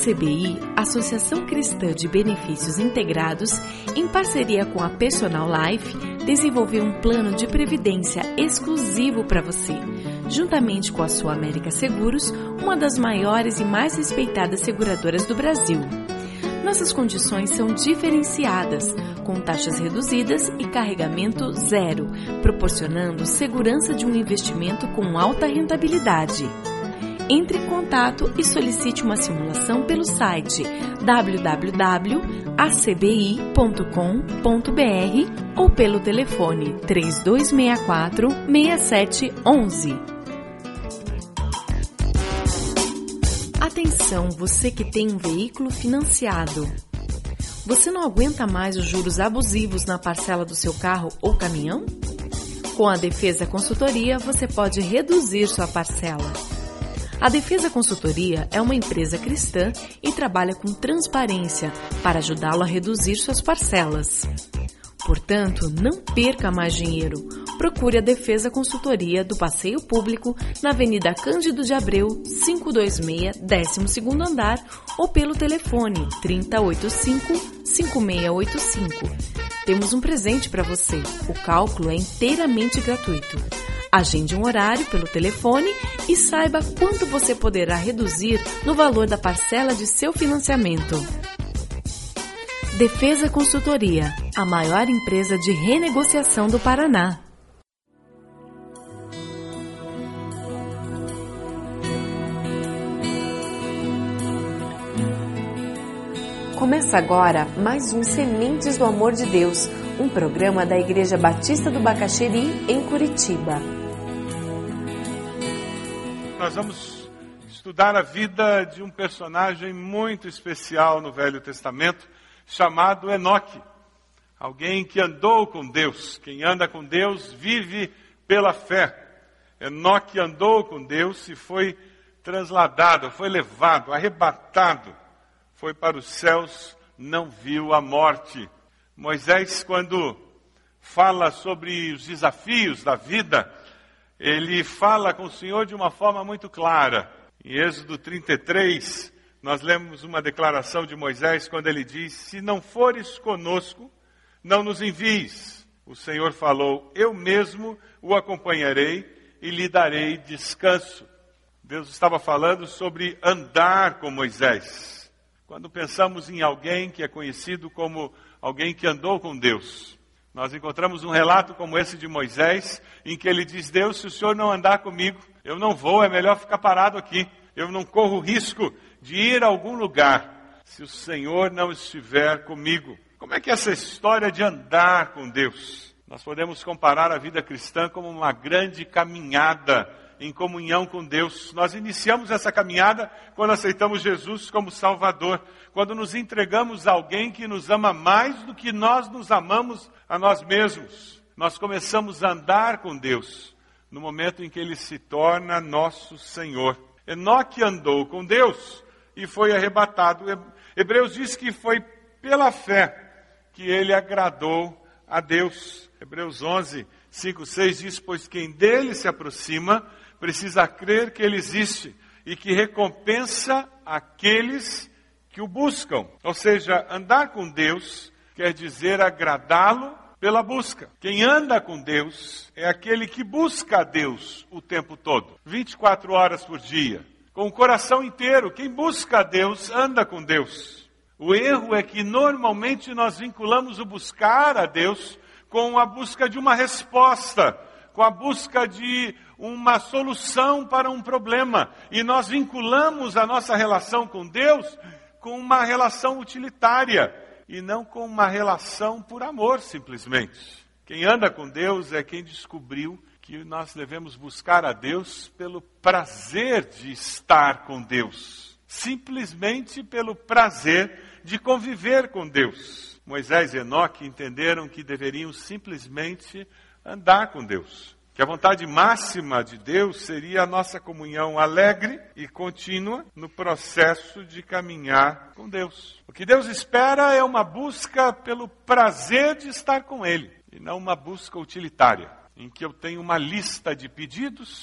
ACBI, Associação Cristã de Benefícios Integrados, em parceria com a Personal Life, desenvolveu um plano de previdência exclusivo para você, juntamente com a Sua América Seguros, uma das maiores e mais respeitadas seguradoras do Brasil. Nossas condições são diferenciadas, com taxas reduzidas e carregamento zero, proporcionando segurança de um investimento com alta rentabilidade. Entre em contato e solicite uma simulação pelo site www.acbi.com.br ou pelo telefone 3264-6711. Atenção, você que tem um veículo financiado. Você não aguenta mais os juros abusivos na parcela do seu carro ou caminhão? Com a Defesa Consultoria, você pode reduzir sua parcela. A Defesa Consultoria é uma empresa cristã e trabalha com transparência para ajudá-lo a reduzir suas parcelas. Portanto, não perca mais dinheiro. Procure a Defesa Consultoria do Passeio Público na Avenida Cândido de Abreu, 526, 12º andar ou pelo telefone 3085-5685. Temos um presente para você. O cálculo é inteiramente gratuito. Agende um horário pelo telefone e saiba quanto você poderá reduzir no valor da parcela de seu financiamento. Defesa Consultoria, a maior empresa de renegociação do Paraná. Começa agora mais um Sementes do Amor de Deus, um programa da Igreja Batista do Bacaxeri, em Curitiba. Nós vamos estudar a vida de um personagem muito especial no Velho Testamento, chamado Enoque. Alguém que andou com Deus. Quem anda com Deus vive pela fé. Enoque andou com Deus e foi transladado, foi levado, arrebatado. Foi para os céus, não viu a morte. Moisés, quando fala sobre os desafios da vida, ele fala com o Senhor de uma forma muito clara. Em Êxodo 33, nós lemos uma declaração de Moisés quando ele diz: se não fores conosco, não nos envies. O Senhor falou: eu mesmo o acompanharei e lhe darei descanso. Deus estava falando sobre andar com Moisés. Quando pensamos em alguém que é conhecido como alguém que andou com Deus, nós encontramos um relato como esse de Moisés, em que ele diz: Deus, se o Senhor não andar comigo, eu não vou, é melhor ficar parado aqui. Eu não corro risco de ir a algum lugar, se o Senhor não estiver comigo. Como é que é essa história de andar com Deus? Nós podemos comparar a vida cristã como uma grande caminhada em comunhão com Deus. Nós iniciamos essa caminhada quando aceitamos Jesus como Salvador, quando nos entregamos a alguém que nos ama mais do que nós nos amamos a nós mesmos. Nós começamos a andar com Deus no momento em que Ele se torna nosso Senhor. Enoque andou com Deus e foi arrebatado. Hebreus diz que foi pela fé que ele agradou a Deus. Hebreus 11, 5, 6 diz: pois quem dele se aproxima precisa crer que ele existe e que recompensa aqueles que o buscam. Ou seja, andar com Deus quer dizer agradá-lo pela busca. Quem anda com Deus é aquele que busca a Deus o tempo todo, 24 horas por dia, com o coração inteiro. Quem busca a Deus anda com Deus. O erro é que normalmente nós vinculamos o buscar a Deus com a busca de uma resposta, com a busca de uma solução para um problema. E nós vinculamos a nossa relação com Deus com uma relação utilitária e não com uma relação por amor, simplesmente. Quem anda com Deus é quem descobriu que nós devemos buscar a Deus pelo prazer de estar com Deus, simplesmente pelo prazer de conviver com Deus. Moisés e Enoque entenderam que deveriam simplesmente andar com Deus. Que a vontade máxima de Deus seria a nossa comunhão alegre e contínua no processo de caminhar com Deus. O que Deus espera é uma busca pelo prazer de estar com Ele, e não uma busca utilitária, em que eu tenho uma lista de pedidos,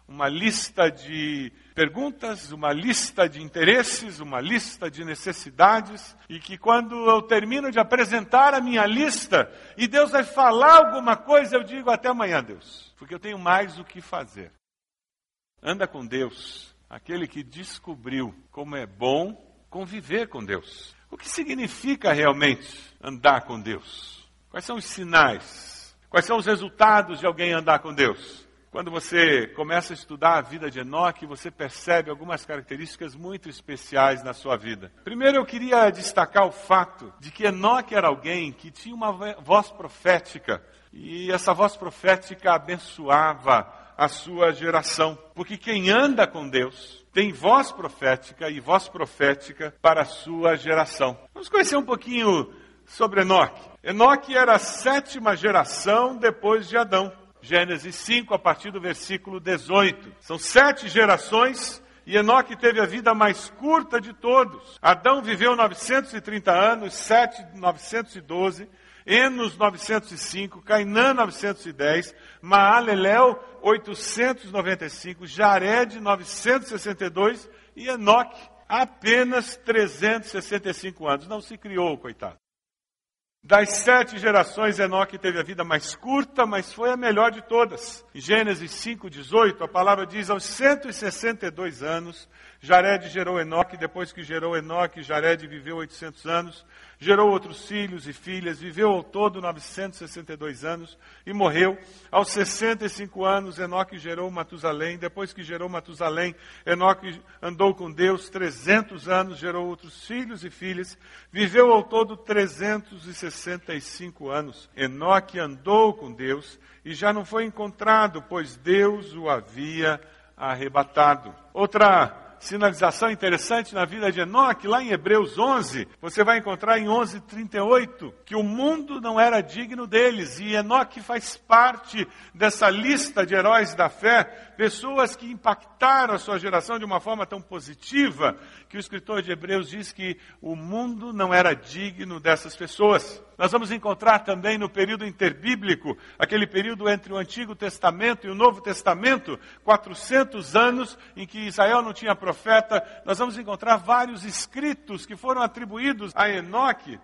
uma lista de perguntas, uma lista de interesses, uma lista de necessidades, e que quando eu termino de apresentar a minha lista, e Deus vai falar alguma coisa, eu digo até amanhã, Deus, porque eu tenho mais o que fazer. Anda com Deus, aquele que descobriu como é bom conviver com Deus. O que significa realmente andar com Deus? Quais são os sinais? Quais são os resultados de alguém andar com Deus? Quando você começa a estudar a vida de Enoque, você percebe algumas características muito especiais na sua vida. Primeiro, eu queria destacar o fato de que Enoque era alguém que tinha uma voz profética, e essa voz profética abençoava a sua geração. Porque quem anda com Deus tem voz profética e voz profética para a sua geração. Vamos conhecer um pouquinho sobre Enoque. Enoque era a 7ª geração depois de Adão. Gênesis 5, a partir do versículo 18. São 7 gerações e Enoque teve a vida mais curta de todos. Adão viveu 930 anos, Sete 912, Enos 905, Cainã 910, Maalalel 895, Jared 962 e Enoque apenas 365 anos. Não se criou, coitado. Das 7 gerações, Enoque teve a vida mais curta, mas foi a melhor de todas. Em Gênesis 5:18, a palavra diz, aos 162 anos, Jared gerou Enoque, depois que gerou Enoque, Jared viveu 800 anos, gerou outros filhos e filhas, viveu ao todo 962 anos e morreu. Aos 65 anos, Enoque gerou Matusalém, depois que gerou Matusalém, Enoque andou com Deus 300 anos, gerou outros filhos e filhas, viveu ao todo 365 anos. Enoque andou com Deus e já não foi encontrado, pois Deus o havia arrebatado. Outra sinalização interessante na vida de Enoque, lá em Hebreus 11, você vai encontrar em 11:38, que o mundo não era digno deles, e Enoque faz parte dessa lista de heróis da fé, pessoas que impactaram a sua geração de uma forma tão positiva, que o escritor de Hebreus diz que o mundo não era digno dessas pessoas. Nós vamos encontrar também no período interbíblico, aquele período entre o Antigo Testamento e o Novo Testamento, 400 anos em que Israel não tinha profeta, nós vamos encontrar vários escritos que foram atribuídos a Enoque.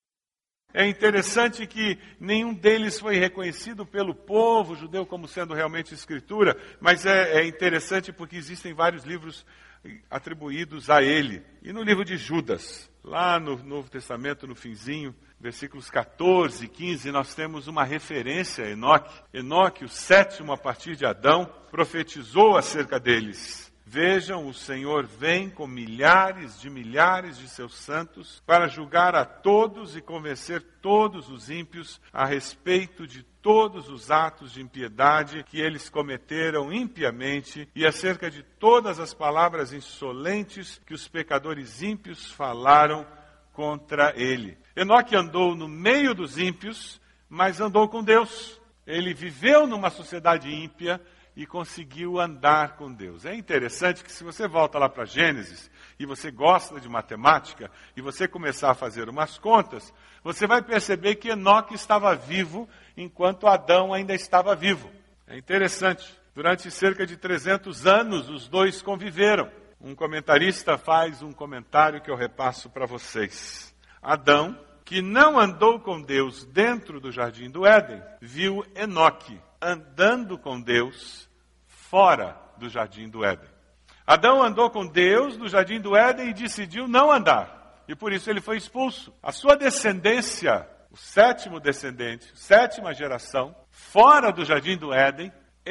É interessante que nenhum deles foi reconhecido pelo povo judeu como sendo realmente escritura, mas é interessante porque existem vários livros atribuídos a ele. E no livro de Judas, lá no Novo Testamento, no finzinho, versículos 14 e 15, nós temos uma referência a Enoque. Enoque, o 7º a partir de Adão, profetizou acerca deles. Vejam, o Senhor vem com milhares de seus santos para julgar a todos e convencer todos os ímpios a respeito de todos os atos de impiedade que eles cometeram impiamente e acerca de todas as palavras insolentes que os pecadores ímpios falaram contra ele. Enoque andou no meio dos ímpios, mas andou com Deus. Ele viveu numa sociedade ímpia e conseguiu andar com Deus. É interessante que se você volta lá para Gênesis e você gosta de matemática e você começar a fazer umas contas, você vai perceber que Enoque estava vivo enquanto Adão ainda estava vivo. É interessante. Durante cerca de 300 anos os dois conviveram. Um comentarista faz um comentário que eu repasso para vocês. Adão, que não andou com Deus dentro do jardim do Éden, viu Enoque andando com Deus fora do jardim do Éden. Adão andou com Deus no jardim do Éden e decidiu não andar. E por isso ele foi expulso. A sua descendência, o 7º descendente, 7ª geração, fora do jardim do Éden,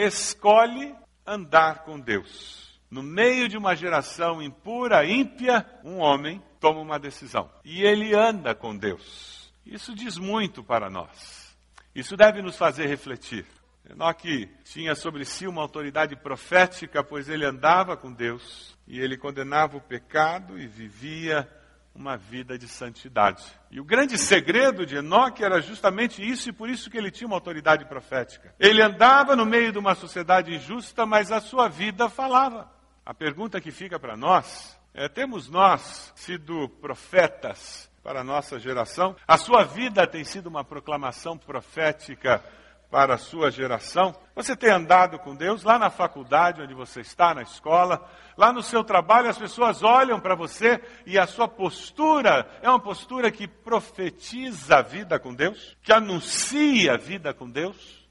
escolhe andar com Deus. No meio de uma geração impura, ímpia, um homem toma uma decisão. E ele anda com Deus. Isso diz muito para nós. Isso deve nos fazer refletir. Enoque tinha sobre si uma autoridade profética, pois ele andava com Deus e ele condenava o pecado e vivia uma vida de santidade. E o grande segredo de Enoque era justamente isso, e por isso que ele tinha uma autoridade profética. Ele andava no meio de uma sociedade injusta, mas a sua vida falava. A pergunta que fica para nós é: temos nós sido profetas para a nossa geração? A sua vida tem sido uma proclamação profética para a sua geração? Você tem andado com Deus lá na faculdade onde você está, na escola, lá no seu trabalho, as pessoas olham para você e a sua postura é uma postura que profetiza a vida com Deus, que anuncia a vida com Deus.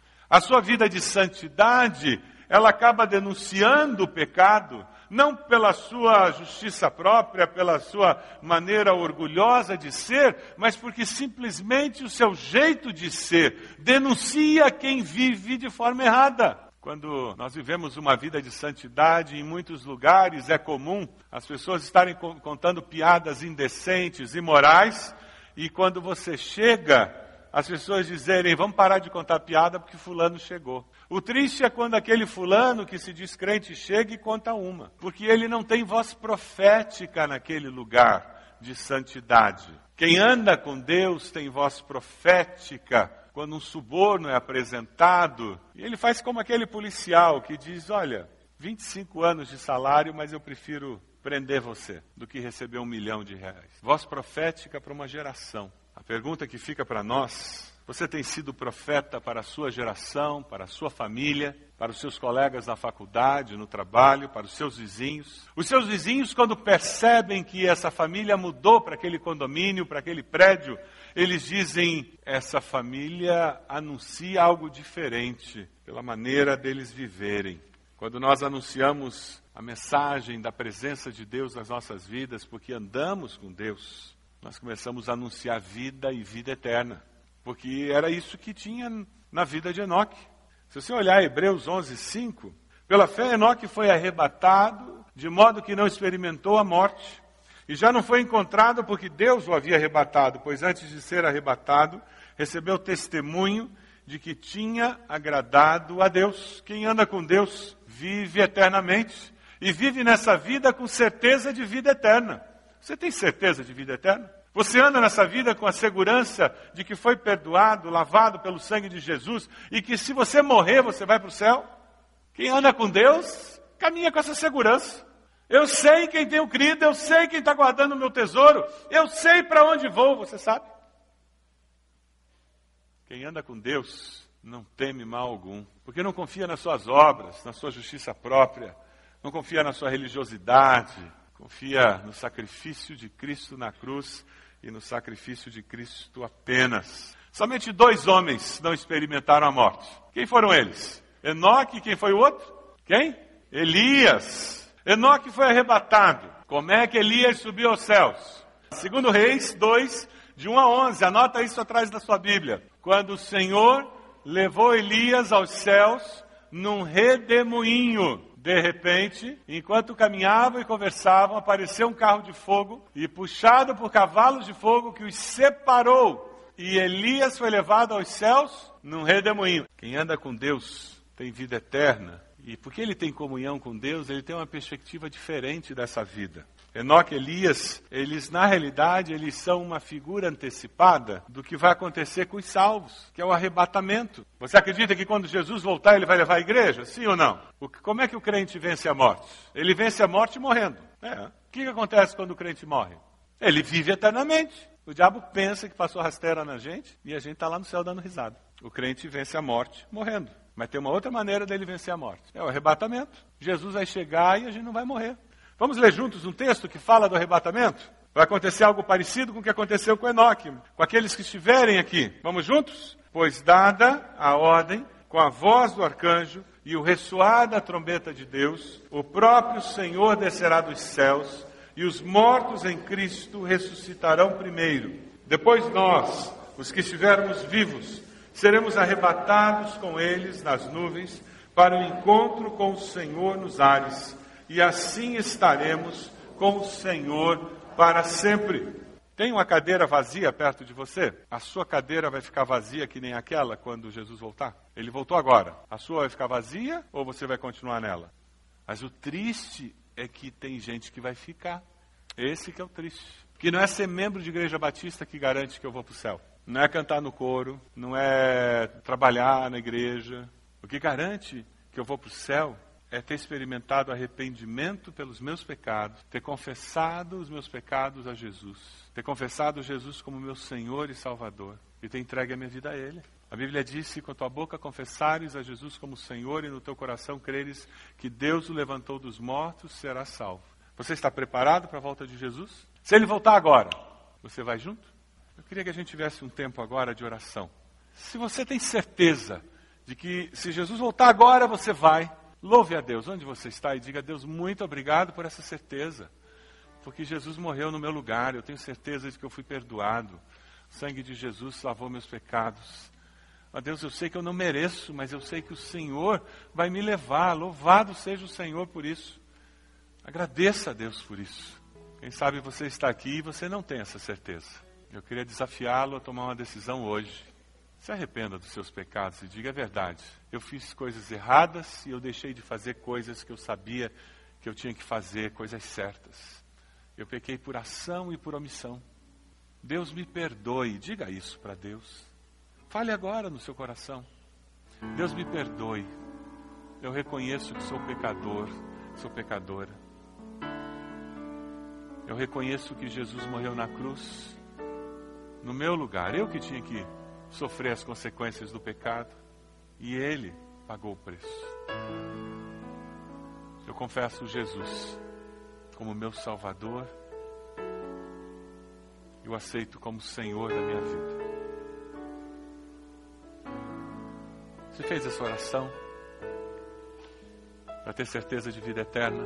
A sua vida de santidade, ela acaba denunciando o pecado, não pela sua justiça própria, pela sua maneira orgulhosa de ser, mas porque simplesmente o seu jeito de ser denuncia quem vive de forma errada. Quando nós vivemos uma vida de santidade, em muitos lugares é comum as pessoas estarem contando piadas indecentes, imorais, e quando você chega, as pessoas dizerem, vamos parar de contar piada porque fulano chegou. O triste é quando aquele fulano que se diz crente chega e conta uma, porque ele não tem voz profética naquele lugar de santidade. Quem anda com Deus tem voz profética quando um suborno é apresentado, e ele faz como aquele policial que diz, olha, 25 anos de salário, mas eu prefiro prender você do que receber R$1 milhão. Voz profética para uma geração. A pergunta que fica para nós, você tem sido profeta para a sua geração, para a sua família, para os seus colegas na faculdade, no trabalho, para os seus vizinhos? Os seus vizinhos, quando percebem que essa família mudou para aquele condomínio, para aquele prédio, eles dizem, essa família anuncia algo diferente pela maneira deles viverem. Quando nós anunciamos a mensagem da presença de Deus nas nossas vidas, porque andamos com Deus, nós começamos a anunciar vida e vida eterna. Porque era isso que tinha na vida de Enoque. Se você olhar Hebreus 11:5, pela fé Enoque foi arrebatado, de modo que não experimentou a morte. E já não foi encontrado porque Deus o havia arrebatado, pois antes de ser arrebatado, recebeu testemunho de que tinha agradado a Deus. Quem anda com Deus vive eternamente. E vive nessa vida com certeza de vida eterna. Você tem certeza de vida eterna? Você anda nessa vida com a segurança de que foi perdoado, lavado pelo sangue de Jesus e que se você morrer, você vai para o céu? Quem anda com Deus, caminha com essa segurança. Eu sei quem tenho crido, eu sei quem está guardando o meu tesouro, eu sei para onde vou, você sabe? Quem anda com Deus não teme mal algum, porque não confia nas suas obras, na sua justiça própria, não confia na sua religiosidade, confia no sacrifício de Cristo na cruz e no sacrifício de Cristo apenas. Somente 2 homens não experimentaram a morte. Quem foram eles? Enoque, quem foi o outro? Quem? Elias. Enoque foi arrebatado. Como é que Elias subiu aos céus? 2 Reis 2, de 1 a 11. Anota isso atrás da sua Bíblia. Quando o Senhor levou Elias aos céus num redemoinho. De repente, enquanto caminhavam e conversavam, apareceu um carro de fogo e puxado por cavalos de fogo que os separou. E Elias foi levado aos céus num redemoinho. Quem anda com Deus tem vida eterna. E porque ele tem comunhão com Deus, ele tem uma perspectiva diferente dessa vida. Enoque e Elias, na realidade, eles são uma figura antecipada do que vai acontecer com os salvos, que é o arrebatamento. Você acredita que quando Jesus voltar, ele vai levar a igreja? Sim ou não? Como é que o crente vence a morte? Ele vence a morte morrendo. O que acontece quando o crente morre? Ele vive eternamente. O diabo pensa que passou rasteira na gente e a gente está lá no céu dando risada. O crente vence a morte morrendo. Mas tem uma outra maneira dele vencer a morte. É o arrebatamento. Jesus vai chegar e a gente não vai morrer. Vamos ler juntos um texto que fala do arrebatamento? Vai acontecer algo parecido com o que aconteceu com Enoque, com aqueles que estiverem aqui. Vamos juntos? Pois dada a ordem, com a voz do arcanjo e o ressoar da trombeta de Deus, o próprio Senhor descerá dos céus e os mortos em Cristo ressuscitarão primeiro. Depois nós, os que estivermos vivos, seremos arrebatados com eles nas nuvens para o encontro com o Senhor nos ares. E assim estaremos com o Senhor para sempre. Tem uma cadeira vazia perto de você? A sua cadeira vai ficar vazia que nem aquela quando Jesus voltar? Ele voltou agora. A sua vai ficar vazia ou você vai continuar nela? Mas o triste é que tem gente que vai ficar. Esse que é o triste. Que não é ser membro de igreja batista que garante que eu vou para o céu. Não é cantar no coro, não é trabalhar na igreja. O que garante que eu vou para o céu é ter experimentado arrependimento pelos meus pecados, ter confessado os meus pecados a Jesus, ter confessado Jesus como meu Senhor e Salvador e ter entregue a minha vida a Ele. A Bíblia diz: se com a tua boca confessares a Jesus como Senhor e no teu coração creres que Deus o levantou dos mortos, serás salvo. Você está preparado para a volta de Jesus? Se ele voltar agora, você vai junto? Eu queria que a gente tivesse um tempo agora de oração. Se você tem certeza de que se Jesus voltar agora, você vai, louve a Deus onde você está e diga: Deus, muito obrigado por essa certeza. Porque Jesus morreu no meu lugar, eu tenho certeza de que eu fui perdoado. O sangue de Jesus lavou meus pecados. Ó Deus, eu sei que eu não mereço, mas eu sei que o Senhor vai me levar. Louvado seja o Senhor por isso. Agradeça a Deus por isso. Quem sabe você está aqui e você não tem essa certeza. Eu queria desafiá-lo a tomar uma decisão hoje. Se arrependa dos seus pecados e diga a verdade. Eu fiz coisas erradas e eu deixei de fazer coisas que eu sabia que eu tinha que fazer, coisas certas. Eu pequei por ação e por omissão. Deus me perdoe. Diga isso para Deus. Fale agora no seu coração. Deus me perdoe. Eu reconheço que sou pecador, sou pecadora. Eu reconheço que Jesus morreu na cruz, no meu lugar. Eu que tinha que sofrer as consequências do pecado. E Ele pagou o preço. Eu confesso Jesus como meu Salvador. Eu aceito como Senhor da minha vida. Você fez essa oração para ter certeza de vida eterna?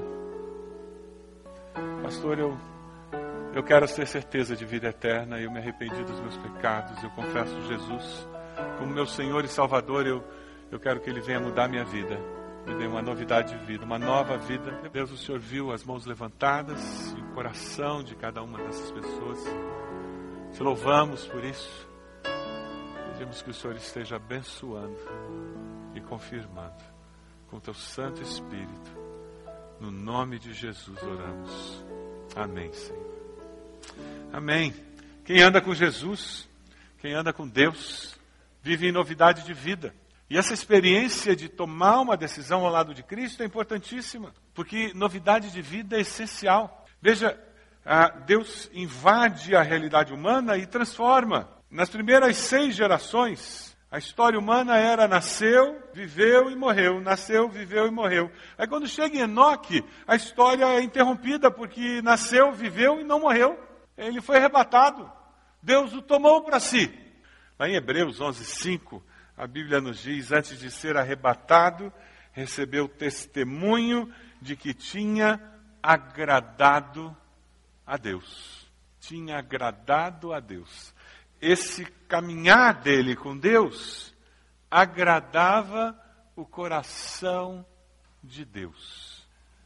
Pastor, eu quero ter certeza de vida eterna. Eu me arrependi dos meus pecados. Eu confesso Jesus como meu Senhor e Salvador. Eu quero que Ele venha mudar minha vida. Me dê uma novidade de vida, uma nova vida. Deus, o Senhor viu as mãos levantadas e o coração de cada uma dessas pessoas. Te louvamos por isso. Pedimos que o Senhor esteja abençoando e confirmando com o Teu Santo Espírito. No nome de Jesus oramos. Amém, Senhor. Amém. Quem anda com Jesus, quem anda com Deus, vive em novidade de vida. E essa experiência de tomar uma decisão ao lado de Cristo é importantíssima, porque novidade de vida é essencial. Veja, Deus invade a realidade humana e transforma. Nas primeiras 6 gerações, a história humana era nasceu, viveu e morreu. Nasceu, viveu e morreu. Aí quando chega em Enoque, a história é interrompida porque nasceu, viveu e não morreu. Ele foi arrebatado. Deus o tomou para si. Lá em Hebreus 11:5, a Bíblia nos diz: antes de ser arrebatado, recebeu testemunho de que tinha agradado a Deus. Tinha agradado a Deus. Esse caminhar dele com Deus agradava o coração de Deus.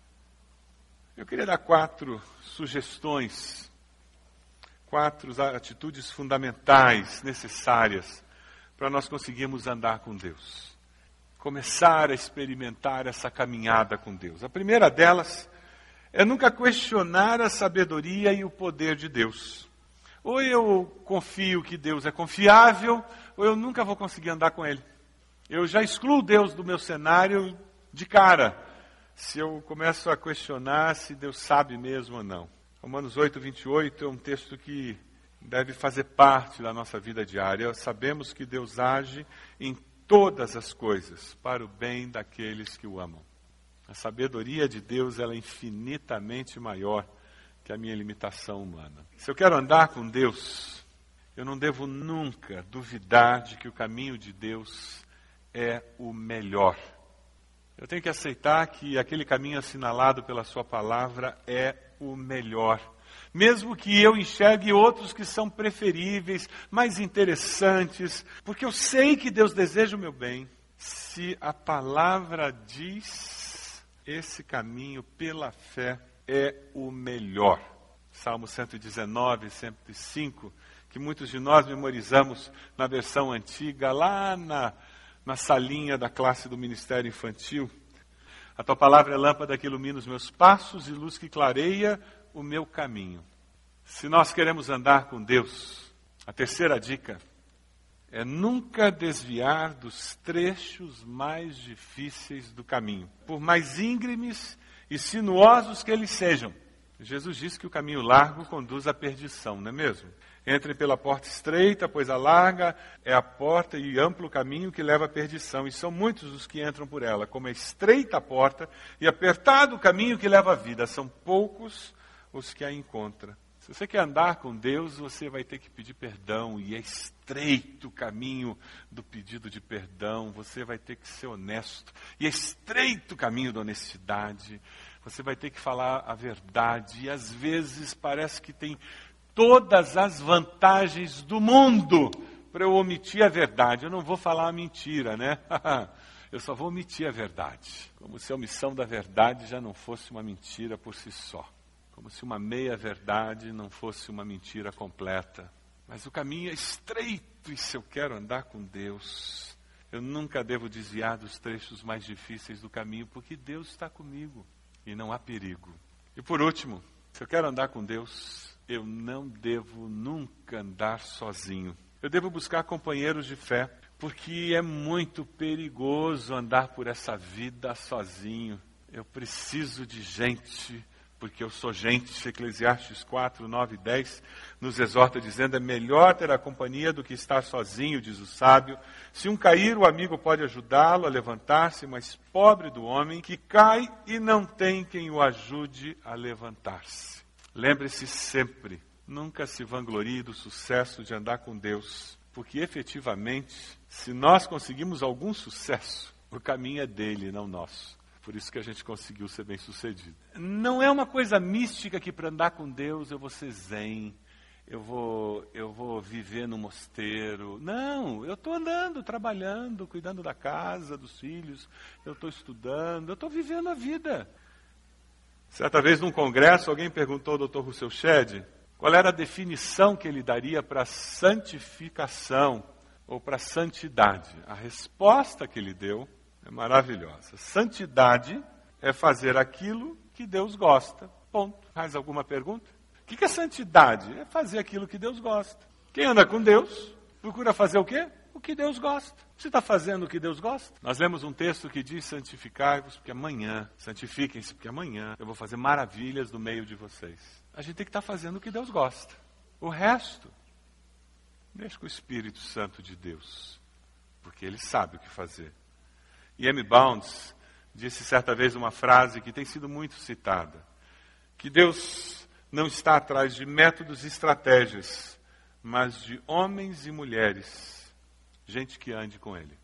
Eu queria dar 4 sugestões, 4 atitudes fundamentais, necessárias, para nós conseguirmos andar com Deus. Começar a experimentar essa caminhada com Deus. A primeira delas é nunca questionar a sabedoria e o poder de Deus. Ou eu confio que Deus é confiável, ou eu nunca vou conseguir andar com Ele. Eu já excluo Deus do meu cenário de cara, se eu começo a questionar se Deus sabe mesmo ou não. Romanos 8:28 é um texto que deve fazer parte da nossa vida diária. Sabemos que Deus age em todas as coisas para o bem daqueles que o amam. A sabedoria de Deus ela é infinitamente maior que a minha limitação humana. Se eu quero andar com Deus, eu não devo nunca duvidar de que o caminho de Deus é o melhor. Eu tenho que aceitar que aquele caminho assinalado pela sua palavra é o melhor. Mesmo que eu enxergue outros que são preferíveis, mais interessantes, porque eu sei que Deus deseja o meu bem. Se a palavra diz, esse caminho pela fé é o melhor. Salmo 119, 105, que muitos de nós memorizamos na versão antiga, lá na salinha da classe do Ministério Infantil. A tua palavra é lâmpada que ilumina os meus passos e luz que clareia o meu caminho. Se nós queremos andar com Deus, a terceira dica é nunca desviar dos trechos mais difíceis do caminho, por mais íngremes e sinuosos que eles sejam. Jesus disse que o caminho largo conduz à perdição, não é mesmo? Entrem pela porta estreita, pois a larga é a porta e amplo caminho que leva à perdição. E são muitos os que entram por ela. Como é estreita a porta e apertado o caminho que leva à vida, são poucos os que a encontram. Se você quer andar com Deus, você vai ter que pedir perdão. E é estreito o caminho do pedido de perdão. Você vai ter que ser honesto. E é estreito o caminho da honestidade. Você vai ter que falar a verdade. E às vezes parece que tem todas as vantagens do mundo para eu omitir a verdade. Eu não vou falar a mentira, né? Eu só vou omitir a verdade. Como se a omissão da verdade já não fosse uma mentira por si só. Como se uma meia-verdade não fosse uma mentira completa. Mas o caminho é estreito e se eu quero andar com Deus, eu nunca devo desviar dos trechos mais difíceis do caminho, porque Deus está comigo e não há perigo. E por último, se eu quero andar com Deus, eu não devo nunca andar sozinho. Eu devo buscar companheiros de fé, porque é muito perigoso andar por essa vida sozinho. Eu preciso de gente, porque eu sou gente. Eclesiastes 4, 9 e 10 nos exorta dizendo: é melhor ter a companhia do que estar sozinho, diz o sábio. Se um cair, o amigo pode ajudá-lo a levantar-se, mas pobre do homem que cai e não tem quem o ajude a levantar-se. Lembre-se sempre, nunca se vanglorie do sucesso de andar com Deus, porque efetivamente, se nós conseguimos algum sucesso, o caminho é dele, não nosso. Por isso que a gente conseguiu ser bem-sucedido. Não é uma coisa mística que para andar com Deus eu vou ser zen, eu vou viver no mosteiro. Não, eu estou andando, trabalhando, cuidando da casa, dos filhos, eu estou estudando, eu estou vivendo a vida. Certa vez, num congresso, alguém perguntou ao Dr. Russell Shedd qual era a definição que ele daria para santificação ou para santidade. A resposta que ele deu é maravilhosa. Santidade é fazer aquilo que Deus gosta. Ponto. Mais alguma pergunta? O que é santidade? É fazer aquilo que Deus gosta. Quem anda com Deus procura fazer o quê? O que Deus gosta. Você está fazendo o que Deus gosta? Nós lemos um texto que diz: santificai-vos, porque amanhã, santifiquem-se, porque amanhã eu vou fazer maravilhas no meio de vocês. A gente tem que estar fazendo o que Deus gosta. O resto, deixa com o Espírito Santo de Deus, porque Ele sabe o que fazer. E M. Bounds disse certa vez uma frase que tem sido muito citada, que Deus não está atrás de métodos e estratégias, mas de homens e mulheres, gente que ande com Ele.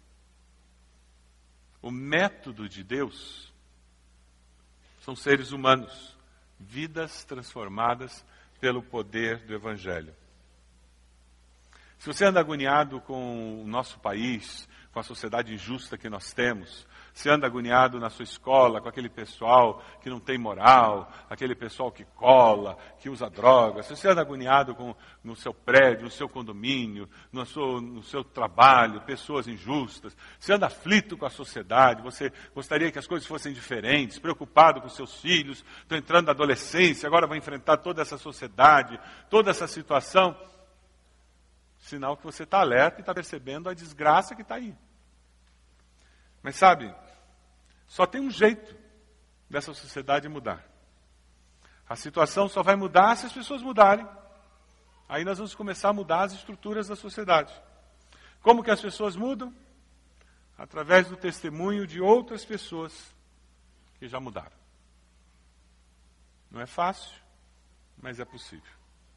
O método de Deus são seres humanos, vidas transformadas pelo poder do Evangelho. Se você anda agoniado com o nosso país, com a sociedade injusta que nós temos, se anda agoniado na sua escola com aquele pessoal que não tem moral, aquele pessoal que cola, que usa drogas, se você anda agoniado no seu prédio, no seu condomínio, no seu trabalho, pessoas injustas, se anda aflito com a sociedade, você gostaria que as coisas fossem diferentes, preocupado com seus filhos, estão entrando na adolescência, agora vão enfrentar toda essa sociedade, toda essa situação, sinal que você está alerta e está percebendo a desgraça que está aí. Mas sabe, só tem um jeito dessa sociedade mudar. A situação só vai mudar se as pessoas mudarem. Aí nós vamos começar a mudar as estruturas da sociedade. Como que as pessoas mudam? Através do testemunho de outras pessoas que já mudaram. Não é fácil, mas é possível.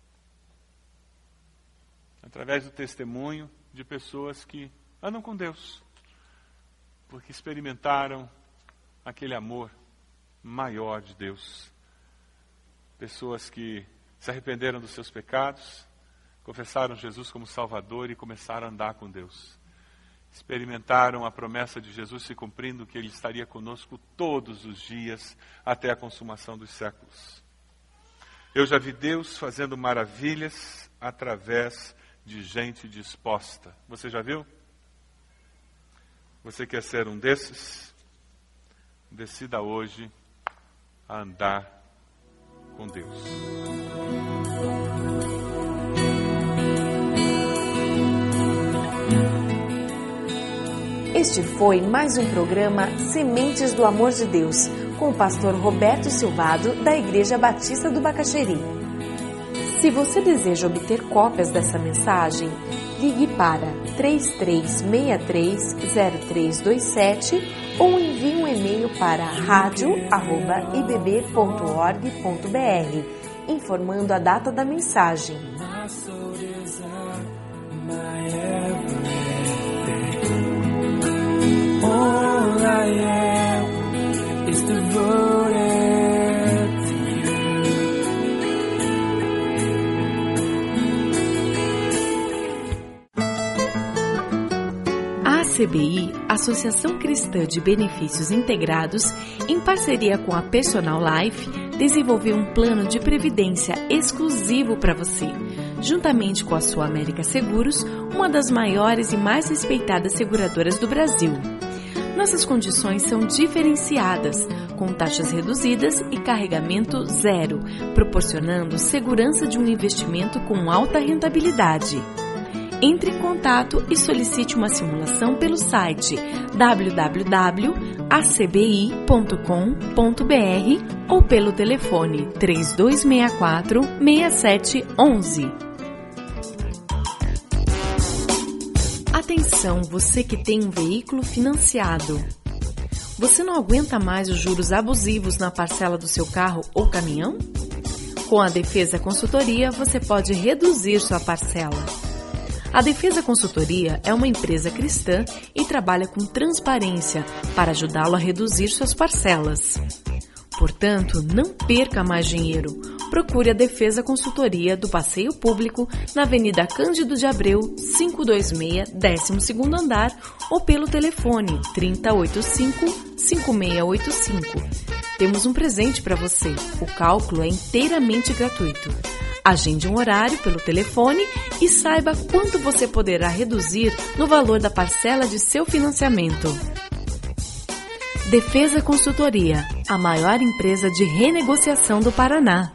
Através do testemunho de pessoas que andam com Deus, porque experimentaram aquele amor maior de Deus. Pessoas que se arrependeram dos seus pecados, confessaram Jesus como Salvador e começaram a andar com Deus. Experimentaram a promessa de Jesus se cumprindo, que Ele estaria conosco todos os dias até a consumação dos séculos. Eu já vi Deus fazendo maravilhas através de gente disposta. Você já viu? Você quer ser um desses? Decida hoje a andar com Deus. Este foi mais um programa Sementes do Amor de Deus, com o pastor Roberto Silvado, da Igreja Batista do Bacaxeri. Se você deseja obter cópias dessa mensagem, ligue para 3363-0327 ou envie um e-mail para radio@ibb.org.br, informando a data da mensagem. A ACBI, Associação Cristã de Benefícios Integrados, em parceria com a Personal Life, desenvolveu um plano de previdência exclusivo para você, juntamente com a Sua América Seguros, uma das maiores e mais respeitadas seguradoras do Brasil. Nossas condições são diferenciadas, com taxas reduzidas e carregamento zero, proporcionando segurança de um investimento com alta rentabilidade. Entre em contato e solicite uma simulação pelo site www.acbi.com.br ou pelo telefone 3264-6711. Atenção, você que tem um veículo financiado. Você não aguenta mais os juros abusivos na parcela do seu carro ou caminhão? Com a Defesa Consultoria, você pode reduzir sua parcela. A Defesa Consultoria é uma empresa cristã e trabalha com transparência para ajudá-lo a reduzir suas parcelas. Portanto, não perca mais dinheiro. Procure a Defesa Consultoria do Passeio Público na Avenida Cândido de Abreu, 526, 12º andar ou pelo telefone 3085-5685. Temos um presente para você. O cálculo é inteiramente gratuito. Agende um horário pelo telefone e saiba quanto você poderá reduzir no valor da parcela de seu financiamento. Defesa Consultoria, a maior empresa de renegociação do Paraná.